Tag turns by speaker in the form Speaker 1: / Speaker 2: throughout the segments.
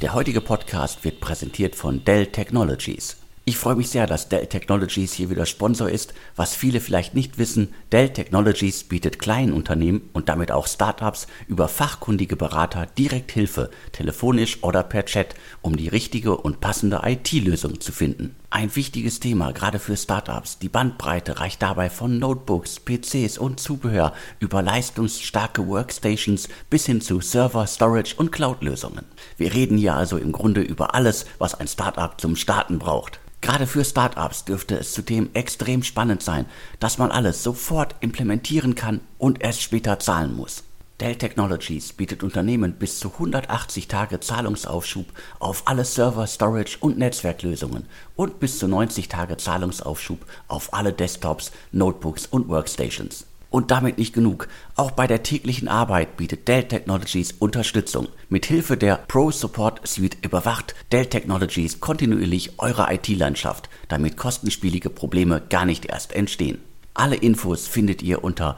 Speaker 1: Der heutige Podcast wird präsentiert von Dell Technologies. Ich freue mich sehr, dass Dell Technologies hier wieder Sponsor ist. Was viele vielleicht nicht wissen, Dell Technologies bietet kleinen Unternehmen und damit auch Startups über fachkundige Berater direkt Hilfe, telefonisch oder per Chat, um die richtige und passende IT-Lösung zu finden. Ein wichtiges Thema, gerade für Startups. Die Bandbreite reicht dabei von Notebooks, PCs und Zubehör über leistungsstarke Workstations bis hin zu Server, Storage und Cloud-Lösungen. Wir reden hier also im Grunde über alles, was ein Startup zum Starten braucht. Gerade für Startups dürfte es zudem extrem spannend sein, dass man alles sofort implementieren kann und erst später zahlen muss. Dell Technologies bietet Unternehmen bis zu 180 Tage Zahlungsaufschub auf alle Server, Storage und Netzwerklösungen und bis zu 90 Tage Zahlungsaufschub auf alle Desktops, Notebooks und Workstations. Und damit nicht genug. Auch bei der täglichen Arbeit bietet Dell Technologies Unterstützung. Mithilfe der Pro Support Suite überwacht Dell Technologies kontinuierlich eure IT-Landschaft, damit kostenspielige Probleme gar nicht erst entstehen. Alle Infos findet ihr unter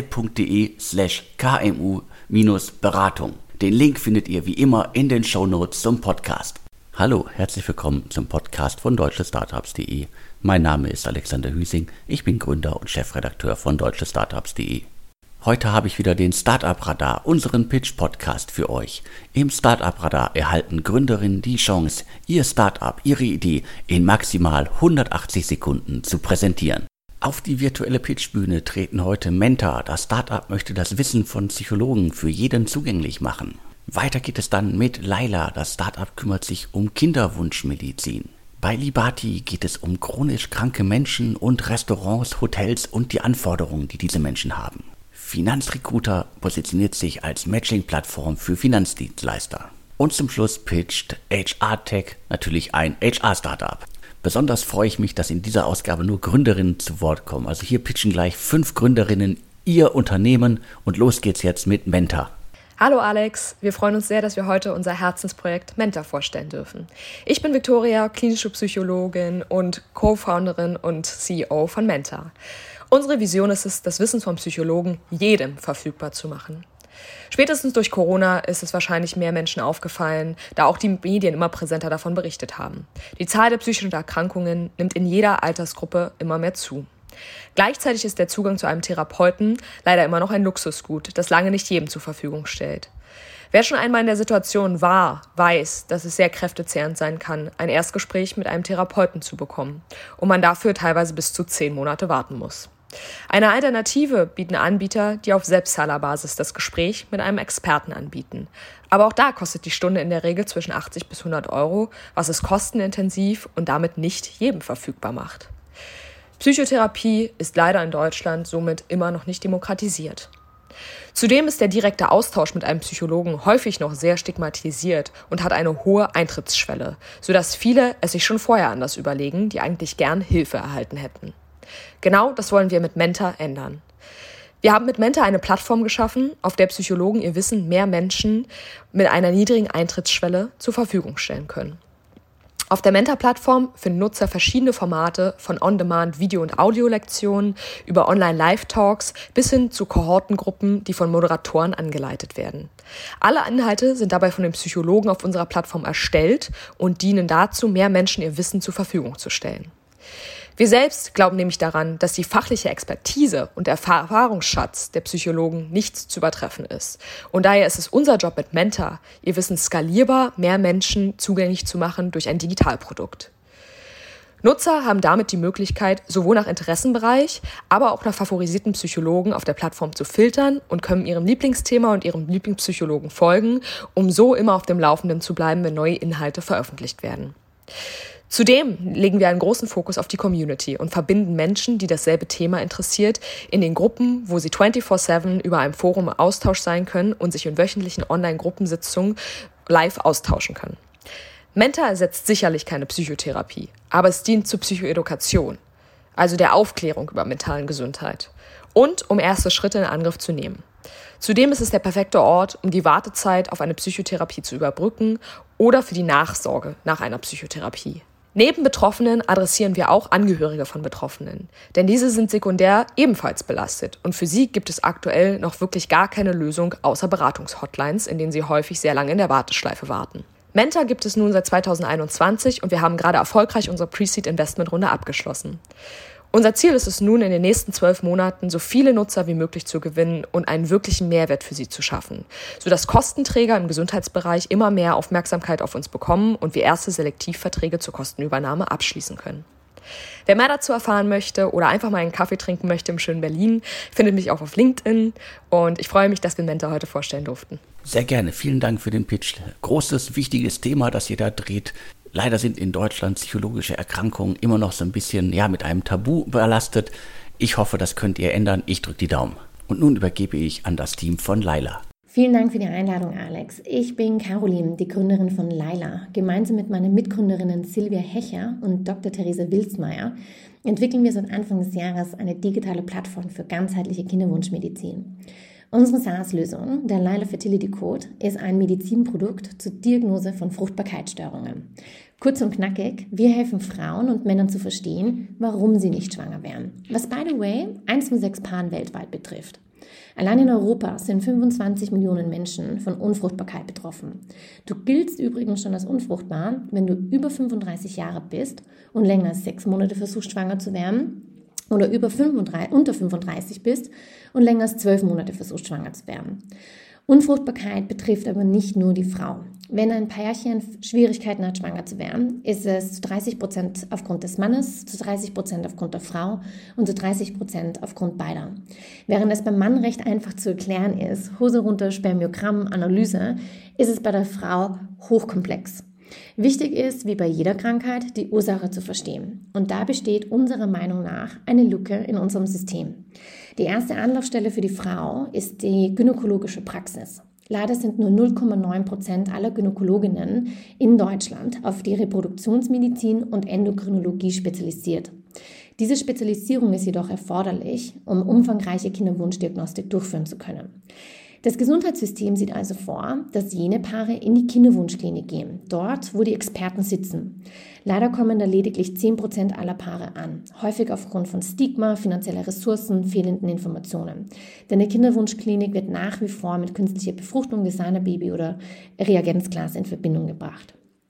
Speaker 1: dell.de/kmu-beratung. Den Link findet ihr wie immer in den Shownotes zum Podcast. Hallo, herzlich willkommen zum Podcast von deutschestartups.de. Mein Name ist Alexander Hüsing, ich bin Gründer und Chefredakteur von deutschestartups.de. Heute habe ich wieder den Startup Radar, unseren Pitch-Podcast für euch. Im Startup Radar erhalten Gründerinnen die Chance, ihr Startup, ihre Idee in maximal 180 Sekunden zu präsentieren. Auf die virtuelle Pitchbühne treten heute Mentor. Das Startup möchte das Wissen von Psychologen für jeden zugänglich machen. Weiter geht es dann mit Laila. Das Startup kümmert sich um Kinderwunschmedizin. Bei Libati geht es um chronisch kranke Menschen und Restaurants, Hotels und die Anforderungen, die diese Menschen haben. Finanzrecruiter positioniert sich als Matching-Plattform für Finanzdienstleister. Und zum Schluss pitcht HR Tech, natürlich ein HR-Startup. Besonders freue ich mich, dass in dieser Ausgabe nur Gründerinnen zu Wort kommen. Also hier pitchen gleich 5 Gründerinnen ihr Unternehmen und los geht's jetzt mit Mentor.
Speaker 2: Hallo Alex, wir freuen uns sehr, dass wir heute unser Herzensprojekt Mentor vorstellen dürfen. Ich bin Viktoria, klinische Psychologin und Co-Founderin und CEO von Mentor. Unsere Vision ist es, das Wissen von Psychologen jedem verfügbar zu machen. Spätestens durch Corona ist es wahrscheinlich mehr Menschen aufgefallen, da auch die Medien immer präsenter davon berichtet haben. Die Zahl der psychischen Erkrankungen nimmt in jeder Altersgruppe immer mehr zu. Gleichzeitig ist der Zugang zu einem Therapeuten leider immer noch ein Luxusgut, das lange nicht jedem zur Verfügung stellt. Wer schon einmal in der Situation war, weiß, dass es sehr kräftezehrend sein kann, ein Erstgespräch mit einem Therapeuten zu bekommen und man dafür teilweise bis zu 10 Monate warten muss. Eine Alternative bieten Anbieter, die auf Selbstzahlerbasis das Gespräch mit einem Experten anbieten. Aber auch da kostet die Stunde in der Regel zwischen 80 bis 100 Euro, was es kostenintensiv und damit nicht jedem verfügbar macht. Psychotherapie ist leider in Deutschland somit immer noch nicht demokratisiert. Zudem ist der direkte Austausch mit einem Psychologen häufig noch sehr stigmatisiert und hat eine hohe Eintrittsschwelle, sodass viele es sich schon vorher anders überlegen, die eigentlich gern Hilfe erhalten hätten. Genau das wollen wir mit Mentor ändern. Wir haben mit Mentor eine Plattform geschaffen, auf der Psychologen ihr Wissen mehr Menschen mit einer niedrigen Eintrittsschwelle zur Verfügung stellen können. Auf der Mentor-Plattform finden Nutzer verschiedene Formate von On-Demand Video- und Audiolektionen über Online-Live-Talks bis hin zu Kohortengruppen, die von Moderatoren angeleitet werden. Alle Inhalte sind dabei von den Psychologen auf unserer Plattform erstellt und dienen dazu, mehr Menschen ihr Wissen zur Verfügung zu stellen. Wir selbst glauben nämlich daran, dass die fachliche Expertise und der Erfahrungsschatz der Psychologen nicht zu übertreffen ist. Und daher ist es unser Job mit Mentor, ihr Wissen skalierbar mehr Menschen zugänglich zu machen durch ein Digitalprodukt. Nutzer haben damit die Möglichkeit, sowohl nach Interessenbereich, aber auch nach favorisierten Psychologen auf der Plattform zu filtern und können ihrem Lieblingsthema und ihrem Lieblingspsychologen folgen, um so immer auf dem Laufenden zu bleiben, wenn neue Inhalte veröffentlicht werden. Zudem legen wir einen großen Fokus auf die Community und verbinden Menschen, die dasselbe Thema interessiert, in den Gruppen, wo sie 24/7 über einem Forum im Austausch sein können und sich in wöchentlichen Online-Gruppensitzungen live austauschen können. Mentor ersetzt sicherlich keine Psychotherapie, aber es dient zur Psychoedukation, also der Aufklärung über mentale Gesundheit und um erste Schritte in Angriff zu nehmen. Zudem ist es der perfekte Ort, um die Wartezeit auf eine Psychotherapie zu überbrücken oder für die Nachsorge nach einer Psychotherapie. Neben Betroffenen adressieren wir auch Angehörige von Betroffenen, denn diese sind sekundär ebenfalls belastet und für sie gibt es aktuell noch wirklich gar keine Lösung außer Beratungshotlines, in denen sie häufig sehr lange in der Warteschleife warten. Menta gibt es nun seit 2021 und wir haben gerade erfolgreich unsere Pre-Seed-Investment-Runde abgeschlossen. Unser Ziel ist es nun, in den nächsten 12 Monaten so viele Nutzer wie möglich zu gewinnen und einen wirklichen Mehrwert für sie zu schaffen, sodass Kostenträger im Gesundheitsbereich immer mehr Aufmerksamkeit auf uns bekommen und wir erste Selektivverträge zur Kostenübernahme abschließen können. Wer mehr dazu erfahren möchte oder einfach mal einen Kaffee trinken möchte im schönen Berlin, findet mich auch auf LinkedIn und ich freue mich, dass wir Menta heute vorstellen durften.
Speaker 1: Sehr gerne, vielen Dank für den Pitch. Großes, wichtiges Thema, das ihr da dreht. Leider sind in Deutschland psychologische Erkrankungen immer noch so ein bisschen mit einem Tabu belastet. Ich hoffe, das könnt ihr ändern. Ich drücke die Daumen. Und nun übergebe ich an das Team von Laila.
Speaker 3: Vielen Dank für die Einladung, Alex. Ich bin Caroline, die Gründerin von Laila. Gemeinsam mit meinen Mitgründerinnen Silvia Hecher und Dr. Therese Wilsmeier entwickeln wir seit Anfang des Jahres eine digitale Plattform für ganzheitliche Kinderwunschmedizin. Unsere SaaS-Lösung, der Laila Fertility Code, ist ein Medizinprodukt zur Diagnose von Fruchtbarkeitsstörungen. Kurz und knackig, wir helfen Frauen und Männern zu verstehen, warum sie nicht schwanger werden. Was, by the way, 1 von 6 Paaren weltweit betrifft. Allein in Europa sind 25 Millionen Menschen von Unfruchtbarkeit betroffen. Du giltst übrigens schon als unfruchtbar, wenn du über 35 Jahre bist und länger als 6 Monate versuchst, schwanger zu werden, oder unter 35 bist und länger als 12 Monate versuchst, schwanger zu werden. Unfruchtbarkeit betrifft aber nicht nur die Frau. Wenn ein Pärchen Schwierigkeiten hat, schwanger zu werden, ist es zu 30% aufgrund des Mannes, zu 30% aufgrund der Frau und zu 30% aufgrund beider. Während es beim Mann recht einfach zu erklären ist, Hose runter, Spermiogramm, Analyse, ist es bei der Frau hochkomplex. Wichtig ist, wie bei jeder Krankheit, die Ursache zu verstehen. Und da besteht unserer Meinung nach eine Lücke in unserem System. Die erste Anlaufstelle für die Frau ist die gynäkologische Praxis. Leider sind nur 0,9% aller Gynäkologinnen in Deutschland auf die Reproduktionsmedizin und Endokrinologie spezialisiert. Diese Spezialisierung ist jedoch erforderlich, um umfangreiche Kinderwunschdiagnostik durchführen zu können. Das Gesundheitssystem sieht also vor, dass jene Paare in die Kinderwunschklinik gehen, dort, wo die Experten sitzen. Leider kommen da lediglich 10% aller Paare an, häufig aufgrund von Stigma, finanzieller Ressourcen, fehlenden Informationen. Denn die Kinderwunschklinik wird nach wie vor mit künstlicher Befruchtung, Designerbaby oder Reagenzglas in Verbindung gebracht.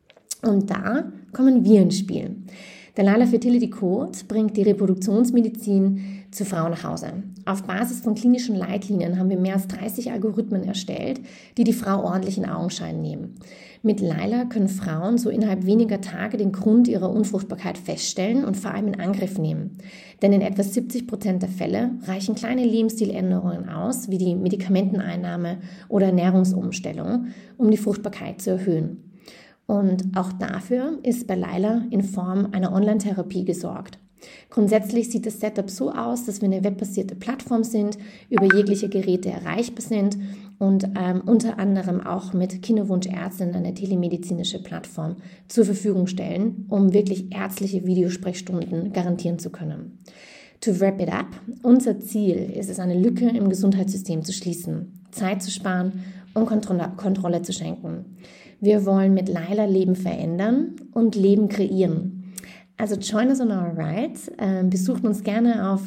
Speaker 3: Und da kommen wir ins Spiel. Der Laila Fertility Code bringt die Reproduktionsmedizin zu Frauen nach Hause. Auf Basis von klinischen Leitlinien haben wir mehr als 30 Algorithmen erstellt, die die Frau ordentlich in Augenschein nehmen. Mit Laila können Frauen so innerhalb weniger Tage den Grund ihrer Unfruchtbarkeit feststellen und vor allem in Angriff nehmen. Denn in etwa 70% der Fälle reichen kleine Lebensstiländerungen aus, wie die Medikamenteneinnahme oder Ernährungsumstellung, um die Fruchtbarkeit zu erhöhen. Und auch dafür ist bei Laila in Form einer Online-Therapie gesorgt. Grundsätzlich sieht das Setup so aus, dass wir eine webbasierte Plattform sind, über jegliche Geräte erreichbar sind und unter anderem auch mit Kinderwunschärztinnen eine telemedizinische Plattform zur Verfügung stellen, um wirklich ärztliche Videosprechstunden garantieren zu können. To wrap it up, unser Ziel ist es, eine Lücke im Gesundheitssystem zu schließen, Zeit zu sparen und Kontrolle zu schenken. Wir wollen mit Laila Leben verändern und Leben kreieren. Also join us on our ride, besucht uns gerne auf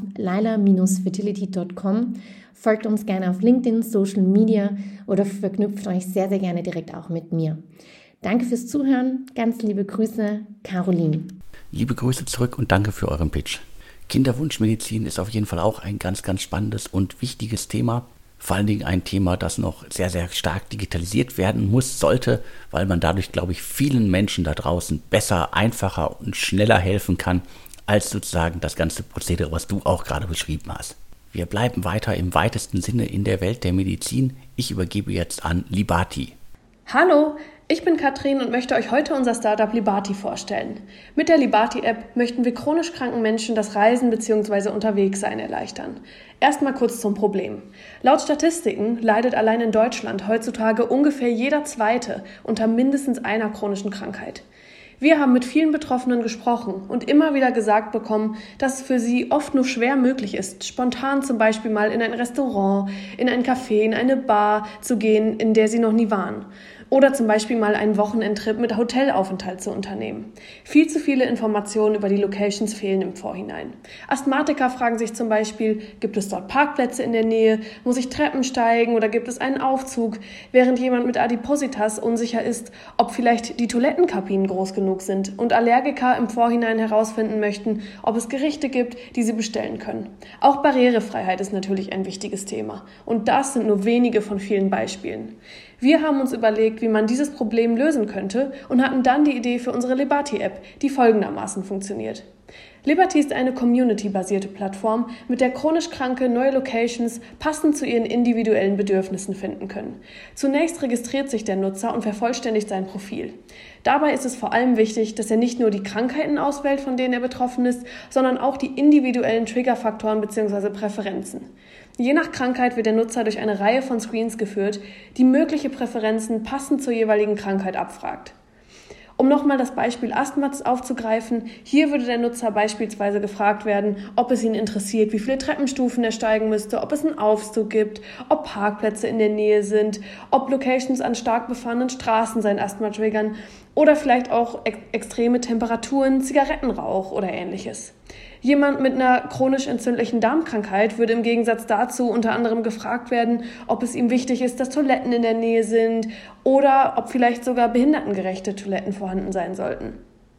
Speaker 3: laila-fertility.com, folgt uns gerne auf LinkedIn, Social Media oder verknüpft euch sehr, sehr gerne direkt auch mit mir. Danke fürs Zuhören, ganz liebe Grüße, Caroline.
Speaker 1: Liebe Grüße zurück und danke für euren Pitch. Kinderwunschmedizin ist auf jeden Fall auch ein ganz, ganz spannendes und wichtiges Thema. Vor allen Dingen ein Thema, das noch sehr, sehr stark digitalisiert werden sollte, weil man dadurch, glaube ich, vielen Menschen da draußen besser, einfacher und schneller helfen kann, als sozusagen das ganze Prozedere, was du auch gerade beschrieben hast. Wir bleiben weiter im weitesten Sinne in der Welt der Medizin. Ich übergebe jetzt an Libati.
Speaker 4: Hallo, ich bin Katrin und möchte euch heute unser Startup Libati vorstellen. Mit der Libati-App möchten wir chronisch kranken Menschen das Reisen bzw. Unterwegssein erleichtern. Erstmal kurz zum Problem. Laut Statistiken leidet allein in Deutschland heutzutage ungefähr jeder Zweite unter mindestens einer chronischen Krankheit. Wir haben mit vielen Betroffenen gesprochen und immer wieder gesagt bekommen, dass es für sie oft nur schwer möglich ist, spontan zum Beispiel mal in ein Restaurant, in ein Café, in eine Bar zu gehen, in der sie noch nie waren. oder zum Beispiel mal einen Wochenendtrip mit Hotelaufenthalt zu unternehmen. Viel zu viele Informationen über die Locations fehlen im Vorhinein. Asthmatiker fragen sich zum Beispiel, gibt es dort Parkplätze in der Nähe, muss ich Treppen steigen oder gibt es einen Aufzug, während jemand mit Adipositas unsicher ist, ob vielleicht die Toilettenkabinen groß genug sind und Allergiker im Vorhinein herausfinden möchten, ob es Gerichte gibt, die sie bestellen können. Auch Barrierefreiheit ist natürlich ein wichtiges Thema und das sind nur wenige von vielen Beispielen. Wir haben uns überlegt, wie man dieses Problem lösen könnte und hatten dann die Idee für unsere Liberty-App, die folgendermaßen funktioniert. Liberty ist eine community-basierte Plattform, mit der chronisch Kranke neue Locations passend zu ihren individuellen Bedürfnissen finden können. Zunächst registriert sich der Nutzer und vervollständigt sein Profil. Dabei ist es vor allem wichtig, dass er nicht nur die Krankheiten auswählt, von denen er betroffen ist, sondern auch die individuellen Triggerfaktoren bzw. Präferenzen. Je nach Krankheit wird der Nutzer durch eine Reihe von Screens geführt, die mögliche Präferenzen passend zur jeweiligen Krankheit abfragt. Um nochmal das Beispiel Asthma aufzugreifen, hier würde der Nutzer beispielsweise gefragt werden, ob es ihn interessiert, wie viele Treppenstufen er steigen müsste, ob es einen Aufzug gibt, ob Parkplätze in der Nähe sind, ob Locations an stark befahrenen Straßen sein Asthma triggern oder vielleicht auch extreme Temperaturen, Zigarettenrauch oder ähnliches. Jemand mit einer chronisch entzündlichen Darmkrankheit würde im Gegensatz dazu unter anderem gefragt werden, ob es ihm wichtig ist, dass Toiletten in der Nähe sind oder ob vielleicht sogar behindertengerechte Toiletten vorhanden sein sollten.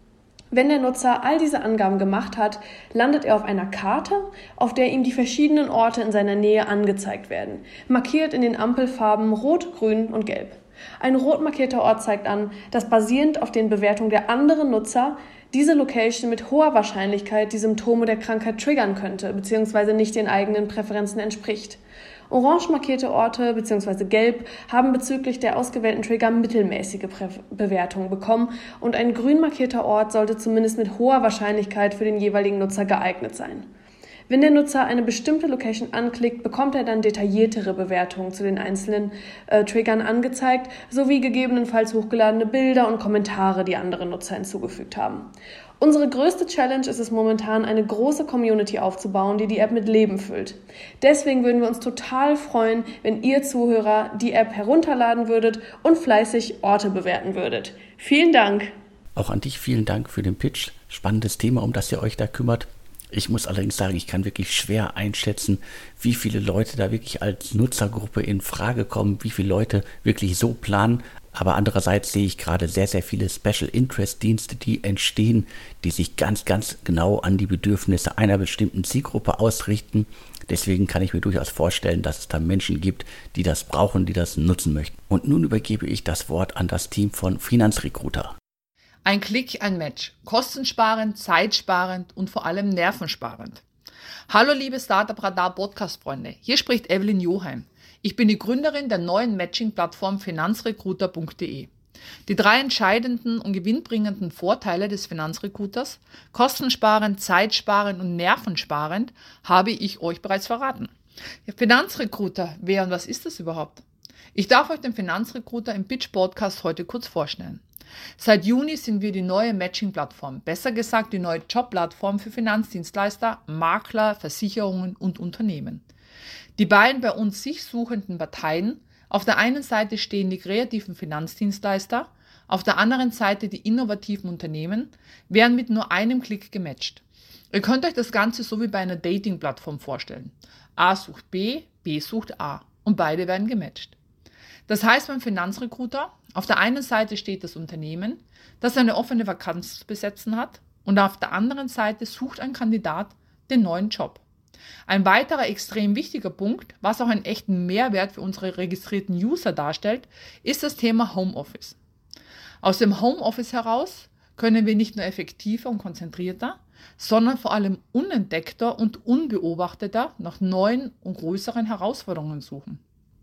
Speaker 4: Wenn der Nutzer all diese Angaben gemacht hat, landet er auf einer Karte, auf der ihm die verschiedenen Orte in seiner Nähe angezeigt werden, markiert in den Ampelfarben Rot, Grün und Gelb. Ein rot markierter Ort zeigt an, dass basierend auf den Bewertungen der anderen Nutzer diese Location mit hoher Wahrscheinlichkeit die Symptome der Krankheit triggern könnte bzw. nicht den eigenen Präferenzen entspricht. Orange markierte Orte bzw. gelb haben bezüglich der ausgewählten Trigger mittelmäßige Bewertungen bekommen und ein grün markierter Ort sollte zumindest mit hoher Wahrscheinlichkeit für den jeweiligen Nutzer geeignet sein. Wenn der Nutzer eine bestimmte Location anklickt, bekommt er dann detailliertere Bewertungen zu den einzelnen Triggern angezeigt, sowie gegebenenfalls hochgeladene Bilder und Kommentare, die andere Nutzer hinzugefügt haben. Unsere größte Challenge ist es momentan, eine große Community aufzubauen, die App mit Leben füllt. Deswegen würden wir uns total freuen, wenn ihr Zuhörer die App herunterladen würdet und fleißig Orte bewerten würdet. Vielen Dank!
Speaker 1: Auch an dich vielen Dank für den Pitch. Spannendes Thema, um das ihr euch da kümmert. Ich muss allerdings sagen, ich kann wirklich schwer einschätzen, wie viele Leute da wirklich als Nutzergruppe in Frage kommen, wie viele Leute wirklich so planen. Aber andererseits sehe ich gerade sehr, sehr viele Special Interest Dienste, die entstehen, die sich ganz, ganz genau an die Bedürfnisse einer bestimmten Zielgruppe ausrichten. Deswegen kann ich mir durchaus vorstellen, dass es da Menschen gibt, die das brauchen, die das nutzen möchten. Und nun übergebe ich das Wort an das Team von Finanzrecruiter.
Speaker 5: Ein Klick, ein Match. Kostensparend, zeitsparend und vor allem nervensparend. Hallo liebe Startup Radar Podcast-Freunde, hier spricht Evelyn Joheim. Ich bin die Gründerin der neuen Matching-Plattform finanzrecruiter.de. Die 3 entscheidenden und gewinnbringenden Vorteile des Finanzrecruiters, kostensparend, zeitsparend und nervensparend, habe ich euch bereits verraten. Der Finanzrecruiter, wer und was ist das überhaupt? Ich darf euch den Finanzrecruiter im Pitch Podcast heute kurz vorstellen. Seit Juni sind wir die neue Matching-Plattform, besser gesagt die neue Jobplattform für Finanzdienstleister, Makler, Versicherungen und Unternehmen. Die beiden bei uns sich suchenden Parteien, auf der einen Seite stehen die kreativen Finanzdienstleister, auf der anderen Seite die innovativen Unternehmen, werden mit nur einem Klick gematcht. Ihr könnt euch das Ganze so wie bei einer Dating-Plattform vorstellen. A sucht B, B sucht A und beide werden gematcht. Das heißt beim Finanzrecruiter, auf der einen Seite steht das Unternehmen, das eine offene Vakanz zu besetzen hat und auf der anderen Seite sucht ein Kandidat den neuen Job. Ein weiterer extrem wichtiger Punkt, was auch einen echten Mehrwert für unsere registrierten User darstellt, ist das Thema Homeoffice. Aus dem Homeoffice heraus können wir nicht nur effektiver und konzentrierter, sondern vor allem unentdeckter und unbeobachteter nach neuen und größeren Herausforderungen suchen.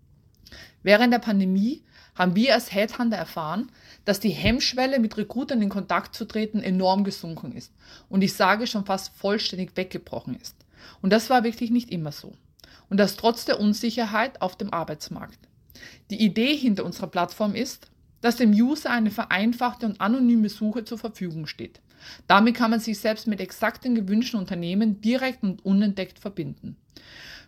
Speaker 5: Während der Pandemie haben wir als Headhunter erfahren, dass die Hemmschwelle, mit Recruitern in Kontakt zu treten, enorm gesunken ist und ich sage schon fast vollständig weggebrochen ist. Und das war wirklich nicht immer so. Und das trotz der Unsicherheit auf dem Arbeitsmarkt. Die Idee hinter unserer Plattform ist, dass dem User eine vereinfachte und anonyme Suche zur Verfügung steht. Damit kann man sich selbst mit exakt den gewünschten Unternehmen direkt und unentdeckt verbinden.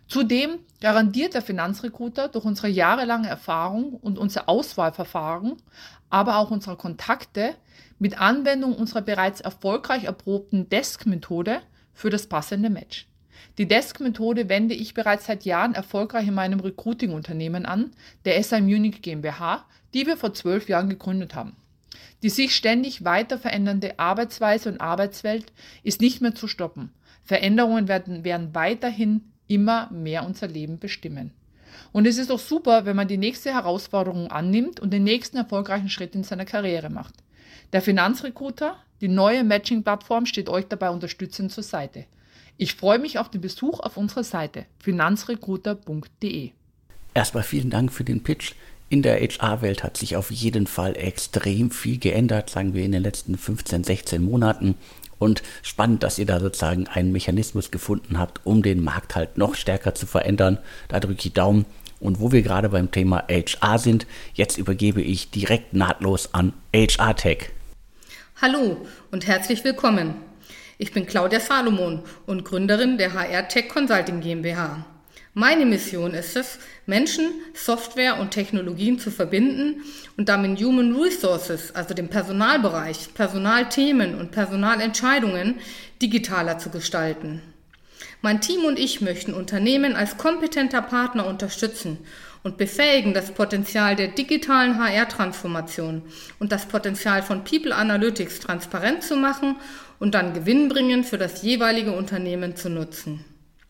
Speaker 5: Zudem garantiert der Finanzrecruiter durch unsere jahrelange Erfahrung und unser Auswahlverfahren, aber auch unsere Kontakte mit Anwendung unserer bereits erfolgreich erprobten Desk-Methode für das passende Match. Die Desk-Methode wende ich bereits seit Jahren erfolgreich in meinem Recruiting-Unternehmen an, der SI Munich GmbH, die wir vor 12 Jahren gegründet haben. Die sich ständig weiter verändernde Arbeitsweise und Arbeitswelt ist nicht mehr zu stoppen. Veränderungen werden weiterhin immer mehr unser Leben bestimmen. Und es ist doch super, wenn man die nächste Herausforderung annimmt und den nächsten erfolgreichen Schritt in seiner Karriere macht. Der Finanzrecruiter, die neue Matching-Plattform, steht euch dabei unterstützend zur Seite. Ich freue mich auf den Besuch auf unserer Seite finanzrecruiter.de.
Speaker 1: Erstmal vielen Dank für den Pitch. In der HR-Welt hat sich auf jeden Fall extrem viel geändert, sagen wir in den letzten 15, 16 Monaten. Und spannend, dass ihr da sozusagen einen Mechanismus gefunden habt, um den Markt halt noch stärker zu verändern. Da drücke ich Daumen. Und wo wir gerade beim Thema HR sind, jetzt übergebe ich direkt nahtlos an HR Tech.
Speaker 6: Hallo und herzlich willkommen. Ich bin Claudia Salomon und Gründerin der HR Tech Consulting GmbH. Meine Mission ist es, Menschen, Software und Technologien zu verbinden und damit Human Resources, also den Personalbereich, Personalthemen und Personalentscheidungen digitaler zu gestalten. Mein Team und ich möchten Unternehmen als kompetenter Partner unterstützen und befähigen, das Potenzial der digitalen HR-Transformation und das Potenzial von People Analytics transparent zu machen und dann gewinnbringend für das jeweilige Unternehmen zu nutzen.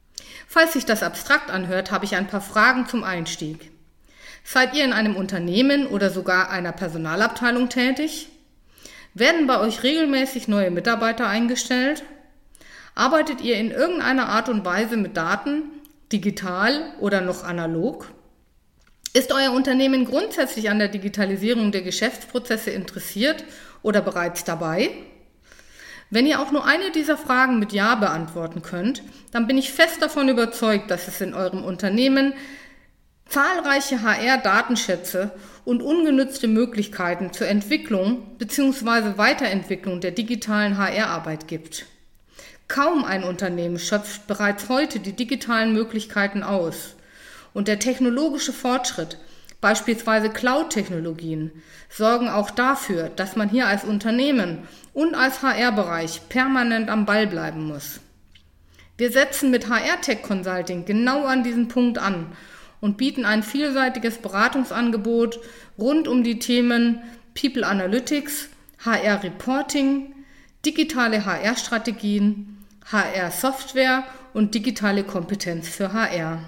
Speaker 6: Falls sich das abstrakt anhört, habe ich ein paar Fragen zum Einstieg. Seid ihr in einem Unternehmen oder sogar einer Personalabteilung tätig? Werden bei euch regelmäßig neue Mitarbeiter eingestellt? Arbeitet ihr in irgendeiner Art und Weise mit Daten, digital oder noch analog? Ist euer Unternehmen grundsätzlich an der Digitalisierung der Geschäftsprozesse interessiert oder bereits dabei? Wenn ihr auch nur eine dieser Fragen mit Ja beantworten könnt, dann bin ich fest davon überzeugt, dass es in eurem Unternehmen zahlreiche HR-Datenschätze und ungenutzte Möglichkeiten zur Entwicklung bzw. Weiterentwicklung der digitalen HR-Arbeit gibt. Kaum ein Unternehmen schöpft bereits heute die digitalen Möglichkeiten aus. Und der technologische Fortschritt, beispielsweise Cloud-Technologien, sorgen auch dafür, dass man hier als Unternehmen und als HR-Bereich permanent am Ball bleiben muss. Wir setzen mit HR Tech Consulting genau an diesen Punkt an und bieten ein vielseitiges Beratungsangebot rund um die Themen People Analytics, HR Reporting, digitale HR-Strategien, HR-Software und digitale Kompetenz für HR.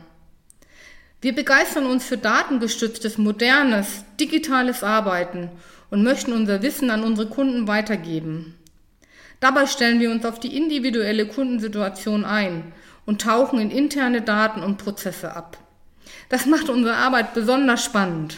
Speaker 6: Wir begeistern uns für datengestütztes, modernes, digitales Arbeiten und möchten unser Wissen an unsere Kunden weitergeben. Dabei stellen wir uns auf die individuelle Kundensituation ein und tauchen in interne Daten und Prozesse ab. Das macht unsere Arbeit besonders spannend.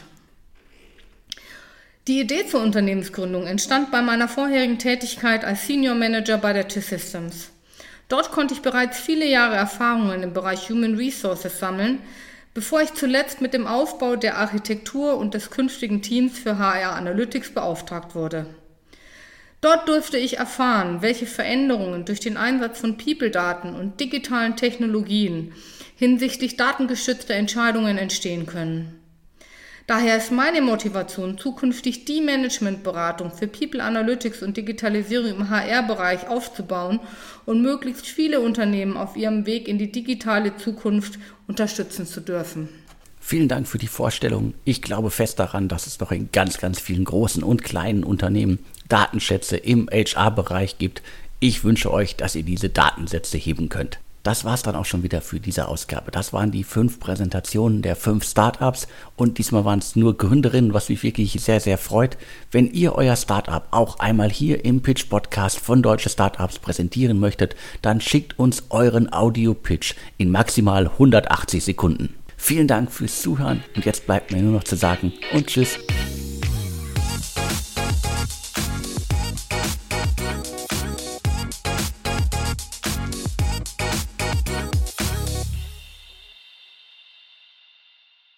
Speaker 6: Die Idee zur Unternehmensgründung entstand bei meiner vorherigen Tätigkeit als Senior Manager bei der T-Systems. Dort konnte ich bereits viele Jahre Erfahrungen im Bereich Human Resources sammeln, bevor ich zuletzt mit dem Aufbau der Architektur und des künftigen Teams für HR Analytics beauftragt wurde. Dort durfte ich erfahren, welche Veränderungen durch den Einsatz von People-Daten und digitalen Technologien hinsichtlich datengestützter Entscheidungen entstehen können. Daher ist meine Motivation, zukünftig die Managementberatung für People Analytics und Digitalisierung im HR-Bereich aufzubauen und möglichst viele Unternehmen auf ihrem Weg in die digitale Zukunft unterstützen zu dürfen.
Speaker 1: Vielen Dank für die Vorstellung. Ich glaube fest daran, dass es doch in ganz, ganz vielen großen und kleinen Unternehmen Datenschätze im HR-Bereich gibt. Ich wünsche euch, dass ihr diese Datensätze heben könnt. Das war's dann auch schon wieder für diese Ausgabe. Das waren die 5 Präsentationen der 5 Startups und diesmal waren es nur Gründerinnen, was mich wirklich sehr, sehr freut. Wenn ihr euer Startup auch einmal hier im Pitch-Podcast von Deutsche Startups präsentieren möchtet, dann schickt uns euren Audio-Pitch in maximal 180 Sekunden. Vielen Dank fürs Zuhören und jetzt bleibt mir nur noch zu sagen und tschüss.